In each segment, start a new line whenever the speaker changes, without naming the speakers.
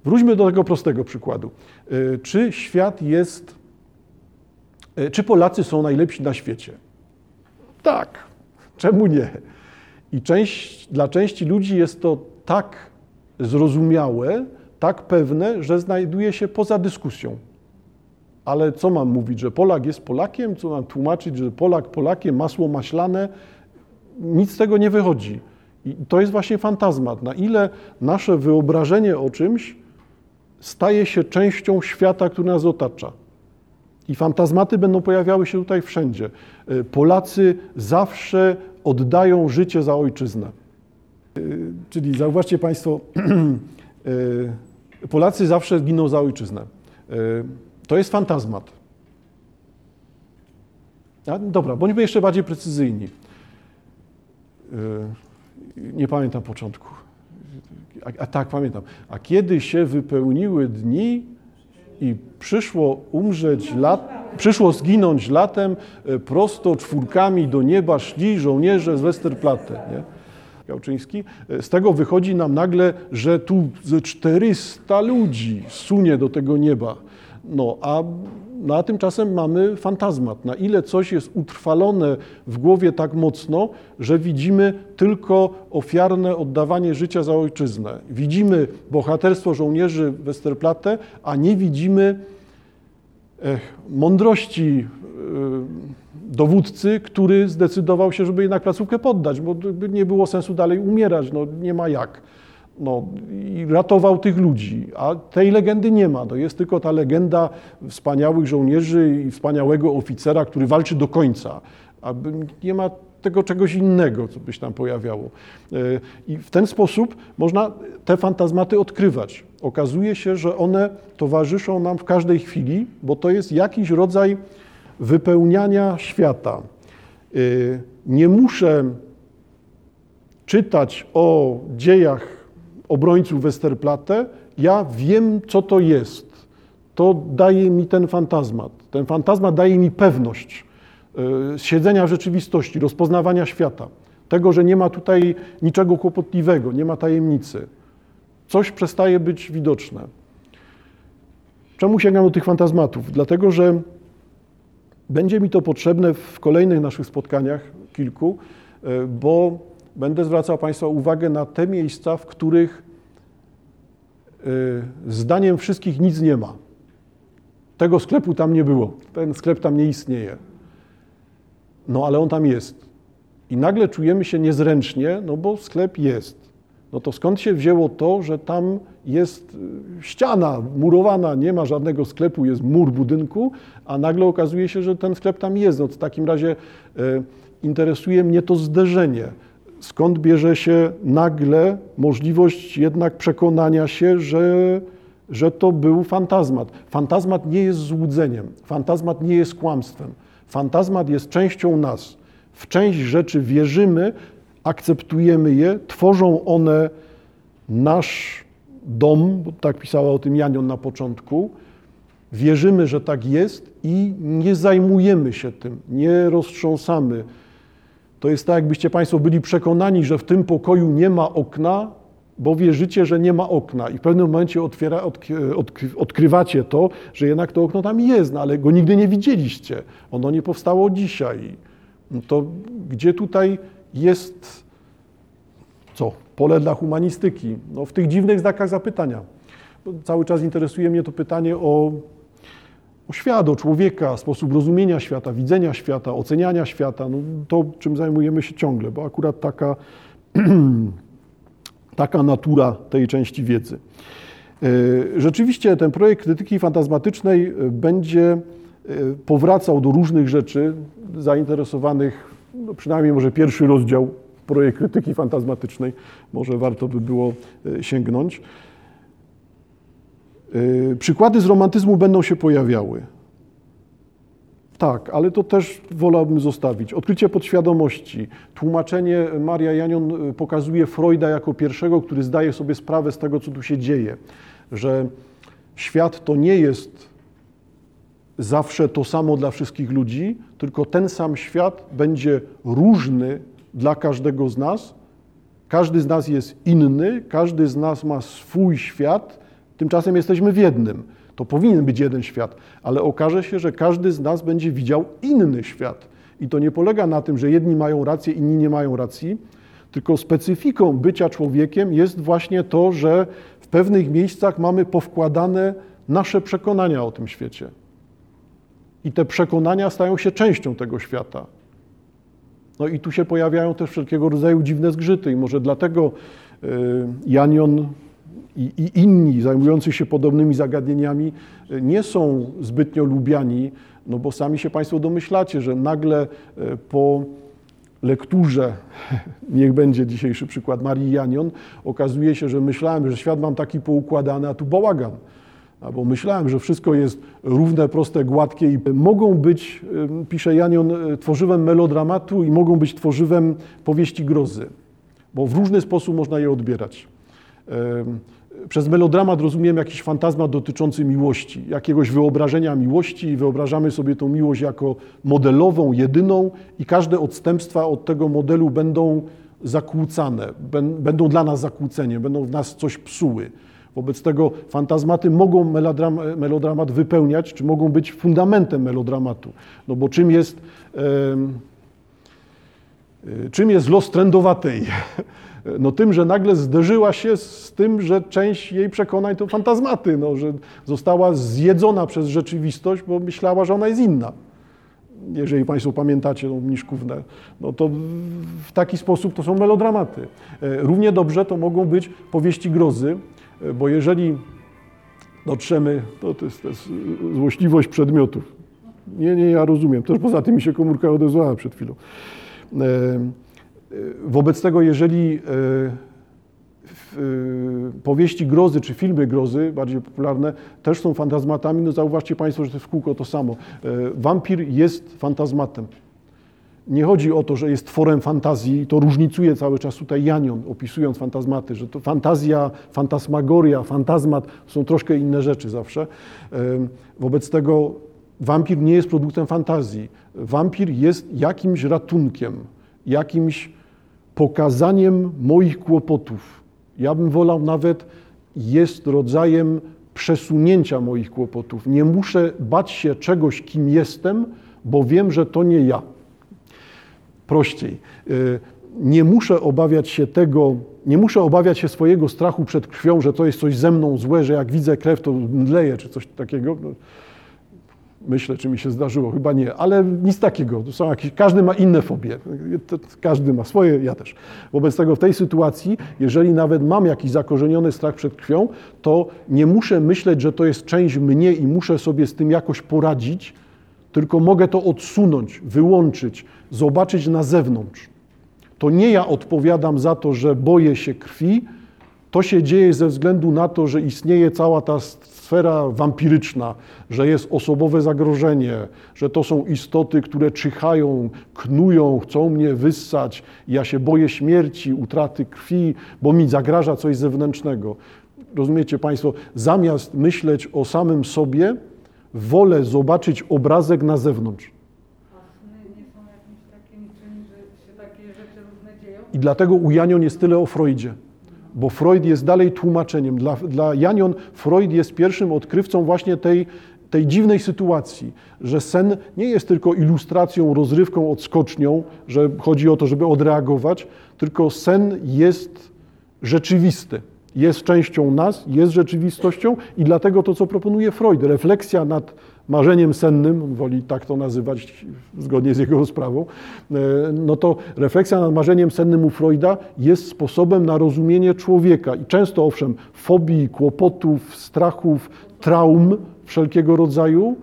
Wróćmy do tego prostego przykładu. Czy Polacy są najlepsi na świecie? Tak, czemu nie? I dla części ludzi jest to tak zrozumiałe, tak pewne, że znajduje się poza dyskusją. Ale co mam mówić, że Polak jest Polakiem? Co mam tłumaczyć, że Polak Polakiem, masło maślane? Nic z tego nie wychodzi. I to jest właśnie fantazmat. Na ile nasze wyobrażenie o czymś staje się częścią świata, który nas otacza. I fantazmaty będą pojawiały się tutaj wszędzie. Polacy zawsze oddają życie za ojczyznę. Czyli zauważcie Państwo, Polacy zawsze giną za ojczyznę. To jest fantazmat. Dobra, bądźmy jeszcze bardziej precyzyjni. Nie pamiętam początku. Tak, pamiętam. A kiedy się wypełniły dni i przyszło zginąć latem, prosto czwórkami do nieba szli żołnierze z Westerplatte, nie? Gałczyński. Z tego wychodzi nam nagle, że tu ze 400 ludzi sunie do tego nieba. No, a tymczasem mamy fantazmat. Na ile coś jest utrwalone w głowie tak mocno, że widzimy tylko ofiarne oddawanie życia za ojczyznę. Widzimy bohaterstwo żołnierzy Westerplatte, a nie widzimy mądrości dowódcy, który zdecydował się, żeby jednak placówkę poddać, bo nie było sensu dalej umierać, no nie ma jak. No, i ratował tych ludzi, a tej legendy nie ma. No, jest tylko ta legenda wspaniałych żołnierzy i wspaniałego oficera, który walczy do końca, a nie ma tego czegoś innego, co by się tam pojawiało. I w ten sposób można te fantazmaty odkrywać. Okazuje się, że one towarzyszą nam w każdej chwili, bo to jest jakiś rodzaj wypełniania świata. Nie muszę czytać o dziejach obrońców Westerplatte, ja wiem, co to jest. To daje mi ten fantazmat. Ten fantazmat daje mi pewność siedzenia w rzeczywistości, rozpoznawania świata. Tego, że nie ma tutaj niczego kłopotliwego, nie ma tajemnicy. Coś przestaje być widoczne. Czemu sięgam do tych fantazmatów? Dlatego, że będzie mi to potrzebne w kolejnych naszych spotkaniach, kilku, bo będę zwracał Państwa uwagę na te miejsca, w których zdaniem wszystkich nic nie ma. Tego sklepu tam nie było. Ten sklep tam nie istnieje. No ale on tam jest. I nagle czujemy się niezręcznie, no bo sklep jest. No to skąd się wzięło to, że tam jest ściana murowana, nie ma żadnego sklepu, jest mur budynku, a nagle okazuje się, że ten sklep tam jest. No w takim razie interesuje mnie to zderzenie. Skąd bierze się nagle możliwość jednak przekonania się, że to był fantazmat. Fantazmat nie jest złudzeniem, fantazmat nie jest kłamstwem. Fantazmat jest częścią nas. W część rzeczy wierzymy, akceptujemy je, tworzą one nasz dom, bo tak pisała o tym Janion na początku. Wierzymy, że tak jest i nie zajmujemy się tym, nie roztrząsamy. To jest tak, jakbyście Państwo byli przekonani, że w tym pokoju nie ma okna, bo wierzycie, że nie ma okna i w pewnym momencie odkrywacie to, że jednak to okno tam jest, no ale go nigdy nie widzieliście. Ono nie powstało dzisiaj. No to gdzie tutaj jest pole dla humanistyki? No w tych dziwnych znakach zapytania. Bo cały czas interesuje mnie to pytanie o świat, o człowieka, sposób rozumienia świata, widzenia świata, oceniania świata. No to, czym zajmujemy się ciągle, bo akurat taka natura tej części wiedzy. Rzeczywiście ten projekt krytyki fantazmatycznej będzie powracał do różnych rzeczy zainteresowanych, no przynajmniej może pierwszy rozdział projekt krytyki fantazmatycznej, może warto by było sięgnąć. Przykłady z romantyzmu będą się pojawiały. Tak, ale to też wolałbym zostawić. Odkrycie podświadomości. Tłumaczenie Maria Janion pokazuje Freuda jako pierwszego, który zdaje sobie sprawę z tego, co tu się dzieje. Że świat to nie jest zawsze to samo dla wszystkich ludzi, tylko ten sam świat będzie różny dla każdego z nas. Każdy z nas jest inny, każdy z nas ma swój świat, Tymczasem jesteśmy w jednym. To powinien być jeden świat, ale okaże się, że każdy z nas będzie widział inny świat. I to nie polega na tym, że jedni mają rację, inni nie mają racji, tylko specyfiką bycia człowiekiem jest właśnie to, że w pewnych miejscach mamy powkładane nasze przekonania o tym świecie. I te przekonania stają się częścią tego świata. No i tu się pojawiają też wszelkiego rodzaju dziwne zgrzyty i może dlatego Janion i inni zajmujący się podobnymi zagadnieniami nie są zbytnio lubiani, no bo sami się Państwo domyślacie, że nagle po lekturze, niech będzie dzisiejszy przykład Marii Janion, okazuje się, że myślałem, że świat mam taki poukładany, a tu bałagan. Albo myślałem, że wszystko jest równe, proste, gładkie i mogą być, pisze Janion, tworzywem melodramatu i mogą być tworzywem powieści grozy, bo w różny sposób można je odbierać. Przez melodramat rozumiem jakiś fantazmat dotyczący miłości, jakiegoś wyobrażenia miłości i wyobrażamy sobie tą miłość jako modelową, jedyną i każde odstępstwa od tego modelu będą zakłócane, będą dla nas zakłóceniem, będą w nas coś psuły. Wobec tego fantazmaty mogą melodramat wypełniać, czy mogą być fundamentem melodramatu. No bo czym jest los trędowatej? No tym, że nagle zderzyła się z tym, że część jej przekonań to fantazmaty, no, że została zjedzona przez rzeczywistość, bo myślała, że ona jest inna. Jeżeli Państwo pamiętacie tą Mniszkównę, no to w taki sposób to są melodramaty. Równie dobrze to mogą być powieści grozy, bo jeżeli dotrzemy, to jest złośliwość przedmiotów. Nie, ja rozumiem. Też poza tym mi się komórka odezwała przed chwilą. Wobec tego, jeżeli powieści grozy czy filmy grozy, bardziej popularne, też są fantazmatami, no zauważcie Państwo, że to jest w kółko to samo. Wampir jest fantazmatem. Nie chodzi o to, że jest tworem fantazji, to różnicuje cały czas tutaj Janion, opisując fantazmaty, że to fantazja, fantasmagoria, fantazmat są troszkę inne rzeczy zawsze. Wobec tego wampir nie jest produktem fantazji. Wampir jest jakimś ratunkiem, jakimś pokazaniem moich kłopotów. Ja bym wolał nawet, jest rodzajem przesunięcia moich kłopotów. Nie muszę bać się czegoś, kim jestem, bo wiem, że to nie ja. Prościej. Nie muszę obawiać się tego, nie muszę obawiać się swojego strachu przed krwią, że to jest coś ze mną złe, że jak widzę krew, to mdleję, czy coś takiego. Myślę, czy mi się zdarzyło, chyba nie, ale nic takiego. To są jakieś, każdy ma inne fobie, każdy ma swoje, ja też. Wobec tego w tej sytuacji, jeżeli nawet mam jakiś zakorzeniony strach przed krwią, to nie muszę myśleć, że to jest część mnie i muszę sobie z tym jakoś poradzić, tylko mogę to odsunąć, wyłączyć, zobaczyć na zewnątrz. To nie ja odpowiadam za to, że boję się krwi, to się dzieje ze względu na to, że istnieje cała ta sfera wampiryczna, że jest osobowe zagrożenie, że to są istoty, które czyhają, knują, chcą mnie wyssać. Ja się boję śmierci, utraty krwi, bo mi zagraża coś zewnętrznego. Rozumiecie Państwo, zamiast myśleć o samym sobie, wolę zobaczyć obrazek na zewnątrz.
A sny nie są jakimś takim czymś, że się takie rzeczy różne dzieją?
I dlatego u Janion jest tyle o Freudzie. Bo Freud jest dalej tłumaczeniem. Dla Janion Freud jest pierwszym odkrywcą właśnie tej dziwnej sytuacji, że sen nie jest tylko ilustracją, rozrywką, odskocznią, że chodzi o to, żeby odreagować, tylko sen jest rzeczywisty. Jest częścią nas, jest rzeczywistością i dlatego to, co proponuje Freud, refleksja nad marzeniem sennym, on woli tak to nazywać zgodnie z jego rozprawą, no to refleksja nad marzeniem sennym u Freuda jest sposobem na rozumienie człowieka i często owszem fobii, kłopotów, strachów, traum wszelkiego rodzaju,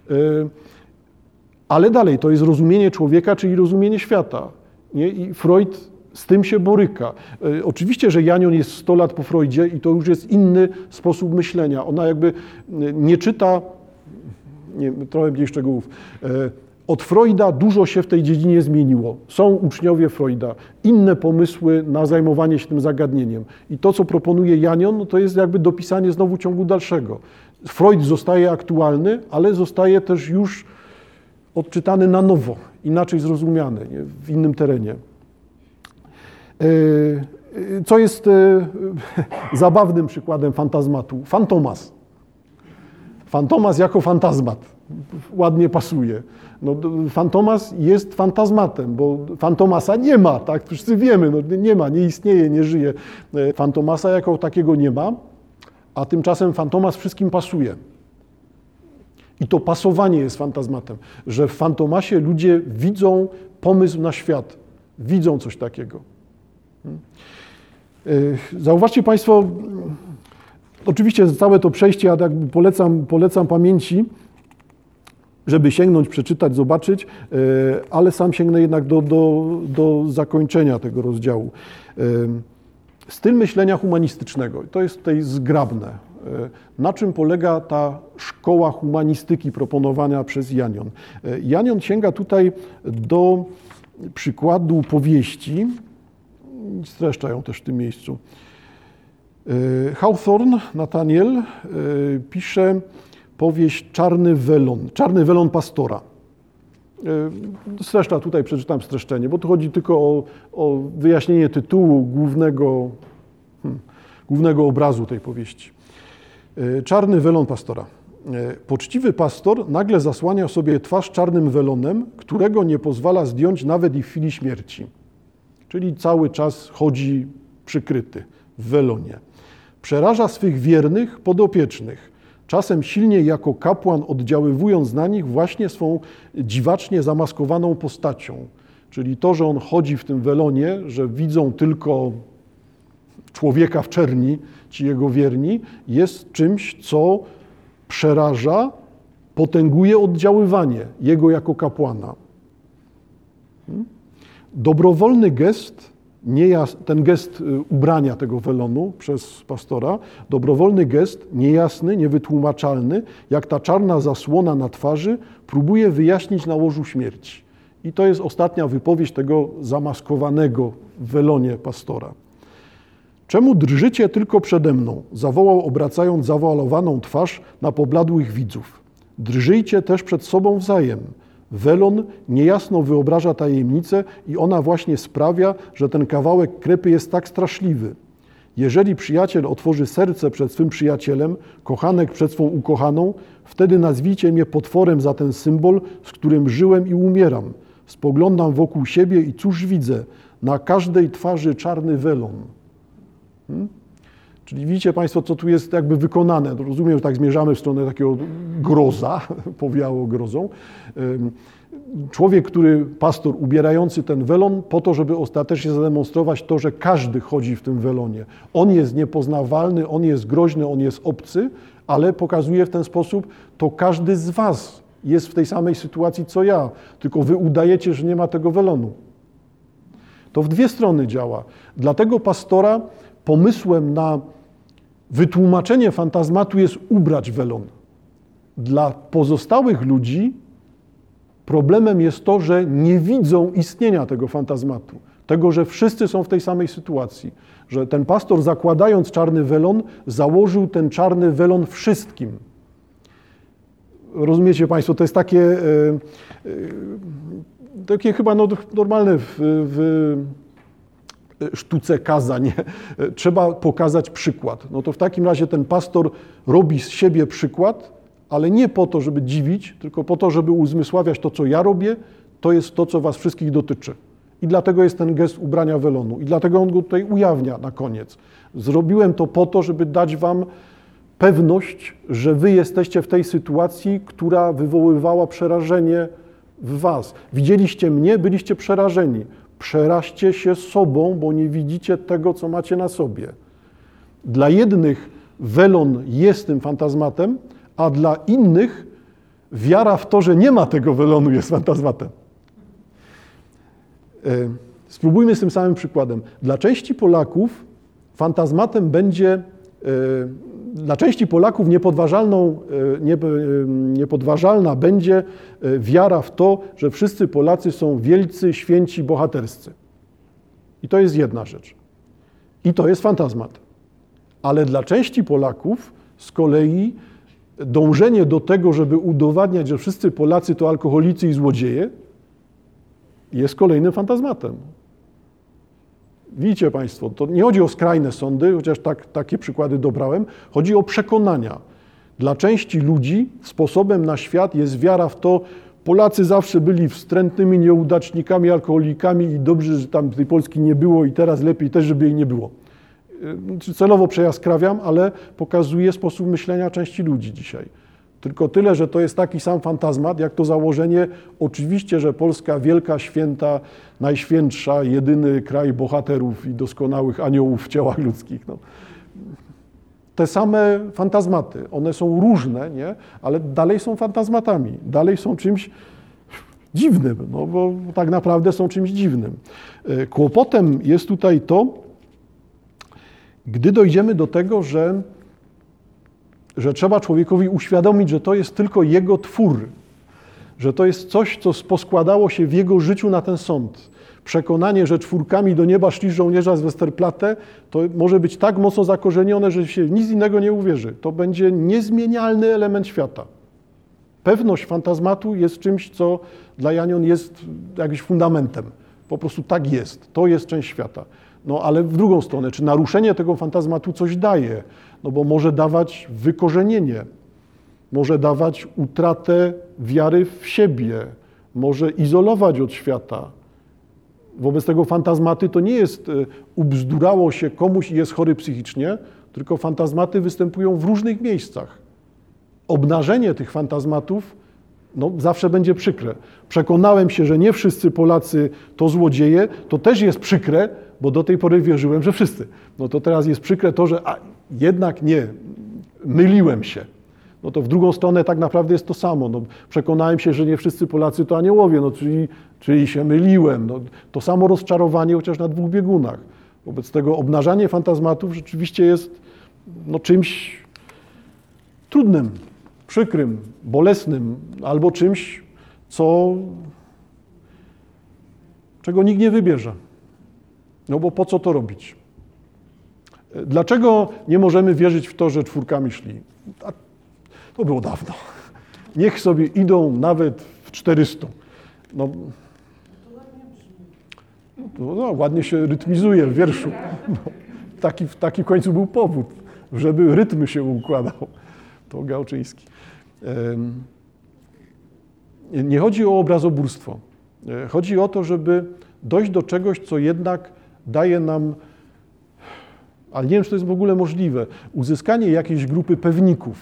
ale dalej to jest rozumienie człowieka, czyli rozumienie świata. Nie? I Freud z tym się boryka. Oczywiście, że Janion jest 100 lat po Freudzie i to już jest inny sposób myślenia. Ona jakby nie czyta, trochę mniej szczegółów. Od Freuda dużo się w tej dziedzinie zmieniło. Są uczniowie Freuda, inne pomysły na zajmowanie się tym zagadnieniem. I to, co proponuje Janion, no to jest jakby dopisanie znowu ciągu dalszego. Freud zostaje aktualny, ale zostaje też już odczytany na nowo, inaczej zrozumiany, nie? W innym terenie. Co jest zabawnym przykładem fantazmatu? Fantomas. Fantomas jako fantazmat. Ładnie pasuje. No, Fantomas jest fantazmatem, bo Fantomasa nie ma, tak? Wszyscy wiemy, no, nie ma, nie istnieje, nie żyje. Fantomasa jako takiego nie ma, a tymczasem Fantomas wszystkim pasuje. I to pasowanie jest fantazmatem, że w Fantomasie ludzie widzą pomysł na świat, widzą coś takiego. Zauważcie Państwo, oczywiście całe to przejście, ja jakby polecam pamięci, żeby sięgnąć, przeczytać, zobaczyć, ale sam sięgnę jednak do zakończenia tego rozdziału. Styl myślenia humanistycznego, to jest tutaj zgrabne. Na czym polega ta szkoła humanistyki proponowana przez Janion? Janion sięga tutaj do przykładu powieści, streszcza ją też w tym miejscu. Hawthorne, Nathaniel, pisze powieść Czarny welon pastora. Streszcza, tutaj przeczytam streszczenie, bo tu chodzi tylko o wyjaśnienie tytułu głównego obrazu tej powieści. Czarny welon pastora. Poczciwy pastor nagle zasłania sobie twarz czarnym welonem, którego nie pozwala zdjąć nawet i w chwili śmierci. Czyli cały czas chodzi przykryty w welonie. Przeraża swych wiernych podopiecznych, czasem silnie jako kapłan oddziaływując na nich właśnie swą dziwacznie zamaskowaną postacią. Czyli to, że on chodzi w tym welonie, że widzą tylko człowieka w czerni, ci jego wierni, jest czymś, co przeraża, potęguje oddziaływanie jego jako kapłana. Dobrowolny gest, ten gest ubrania tego welonu przez pastora, dobrowolny gest, niejasny, niewytłumaczalny, jak ta czarna zasłona na twarzy, próbuje wyjaśnić na łożu śmierci. I to jest ostatnia wypowiedź tego zamaskowanego w welonie pastora. Czemu drżycie tylko przede mną? Zawołał, obracając zawalowaną twarz na pobladłych widzów. Drżyjcie też przed sobą wzajem. Welon niejasno wyobraża tajemnicę i ona właśnie sprawia, że ten kawałek krepy jest tak straszliwy. Jeżeli przyjaciel otworzy serce przed swym przyjacielem, kochanek przed swą ukochaną, wtedy nazwijcie mnie potworem za ten symbol, z którym żyłem i umieram. Spoglądam wokół siebie i cóż widzę? Na każdej twarzy czarny welon. Czyli widzicie Państwo, co tu jest jakby wykonane. Rozumiem, że tak zmierzamy w stronę takiego groza, powiało grozą. Człowiek, pastor ubierający ten welon po to, żeby ostatecznie zademonstrować to, że każdy chodzi w tym welonie. On jest niepoznawalny, on jest groźny, on jest obcy, ale pokazuje w ten sposób, to każdy z was jest w tej samej sytuacji co ja, tylko wy udajecie, że nie ma tego welonu. To w dwie strony działa. Dlatego pastora pomysłem na wytłumaczenie fantazmatu jest ubrać welon. Dla pozostałych ludzi problemem jest to, że nie widzą istnienia tego fantazmatu. Tego, że wszyscy są w tej samej sytuacji. Że ten pastor, zakładając czarny welon, założył ten czarny welon wszystkim. Rozumiecie Państwo, to jest takie chyba normalne w sztuce kazań. Trzeba pokazać przykład. No to w takim razie ten pastor robi z siebie przykład, ale nie po to, żeby dziwić, tylko po to, żeby uzmysławiać to, co ja robię, to jest to, co was wszystkich dotyczy. I dlatego jest ten gest ubrania welonu. I dlatego on go tutaj ujawnia na koniec. Zrobiłem to po to, żeby dać wam pewność, że wy jesteście w tej sytuacji, która wywoływała przerażenie w was. Widzieliście mnie, byliście przerażeni. Przeraźcie się sobą, bo nie widzicie tego, co macie na sobie. Dla jednych welon jest tym fantazmatem, a dla innych wiara w to, że nie ma tego welonu, jest fantazmatem. Spróbujmy z tym samym przykładem. Dla części Polaków fantazmatem będzie, dla części Polaków niepodważalna będzie wiara w to, że wszyscy Polacy są wielcy, święci, bohaterscy. I to jest jedna rzecz. I to jest fantazmat. Ale dla części Polaków z kolei dążenie do tego, żeby udowadniać, że wszyscy Polacy to alkoholicy i złodzieje, jest kolejnym fantazmatem. widzicie Państwo, to nie chodzi o skrajne sądy, chociaż takie przykłady dobrałem, chodzi o przekonania. Dla części ludzi sposobem na świat jest wiara w to, Polacy zawsze byli wstrętnymi nieudacznikami, alkoholikami i dobrze, że tam tej Polski nie było i teraz lepiej też, żeby jej nie było. Celowo przejaskrawiam, ale pokazuje sposób myślenia części ludzi dzisiaj. Tylko tyle, że to jest taki sam fantazmat, jak to założenie, oczywiście, że Polska wielka, święta, najświętsza, jedyny kraj bohaterów i doskonałych aniołów w ciałach ludzkich. No. Te same fantazmaty, one są różne, nie? Ale dalej są fantazmatami, dalej są czymś dziwnym, no bo tak naprawdę są czymś dziwnym. Kłopotem jest tutaj to, gdy dojdziemy do tego, że trzeba człowiekowi uświadomić, że to jest tylko jego twór, że to jest coś, co poskładało się w jego życiu na ten sąd. Przekonanie, że czwórkami do nieba szli żołnierza z Westerplatte, to może być tak mocno zakorzenione, że się nic innego nie uwierzy. To będzie niezmienialny element świata. Pewność fantazmatu jest czymś, co dla Janion jest jakimś fundamentem. Po prostu tak jest. To jest część świata. No ale w drugą stronę, czy naruszenie tego fantazmatu coś daje? No bo może dawać wykorzenienie, może dawać utratę wiary w siebie, może izolować od świata. Wobec tego fantazmaty to nie jest ubzdurało się komuś i jest chory psychicznie, tylko fantazmaty występują w różnych miejscach. Obnażenie tych fantazmatów zawsze będzie przykre. Przekonałem się, że nie wszyscy Polacy to złodzieje, to też jest przykre, bo do tej pory wierzyłem, że wszyscy. No to teraz jest przykre to, że jednak nie, myliłem się. No to w drugą stronę tak naprawdę jest to samo. No, przekonałem się, że nie wszyscy Polacy to aniołowie, czyli się myliłem. No, to samo rozczarowanie, chociaż na dwóch biegunach. Wobec tego obnażanie fantazmatów rzeczywiście jest czymś trudnym, przykrym, bolesnym, albo czymś, czego nikt nie wybierze. No bo po co to robić? Dlaczego nie możemy wierzyć w to, że czwórkami szli? To było dawno. Niech sobie idą nawet w 400. Ładnie się rytmizuje w wierszu. Taki w końcu był powód, żeby rytm się układał. To Gałczyński. Nie chodzi o obrazobórstwo. Chodzi o to, żeby dojść do czegoś, co jednak daje nam, ale nie wiem, czy to jest w ogóle możliwe, uzyskanie jakiejś grupy pewników.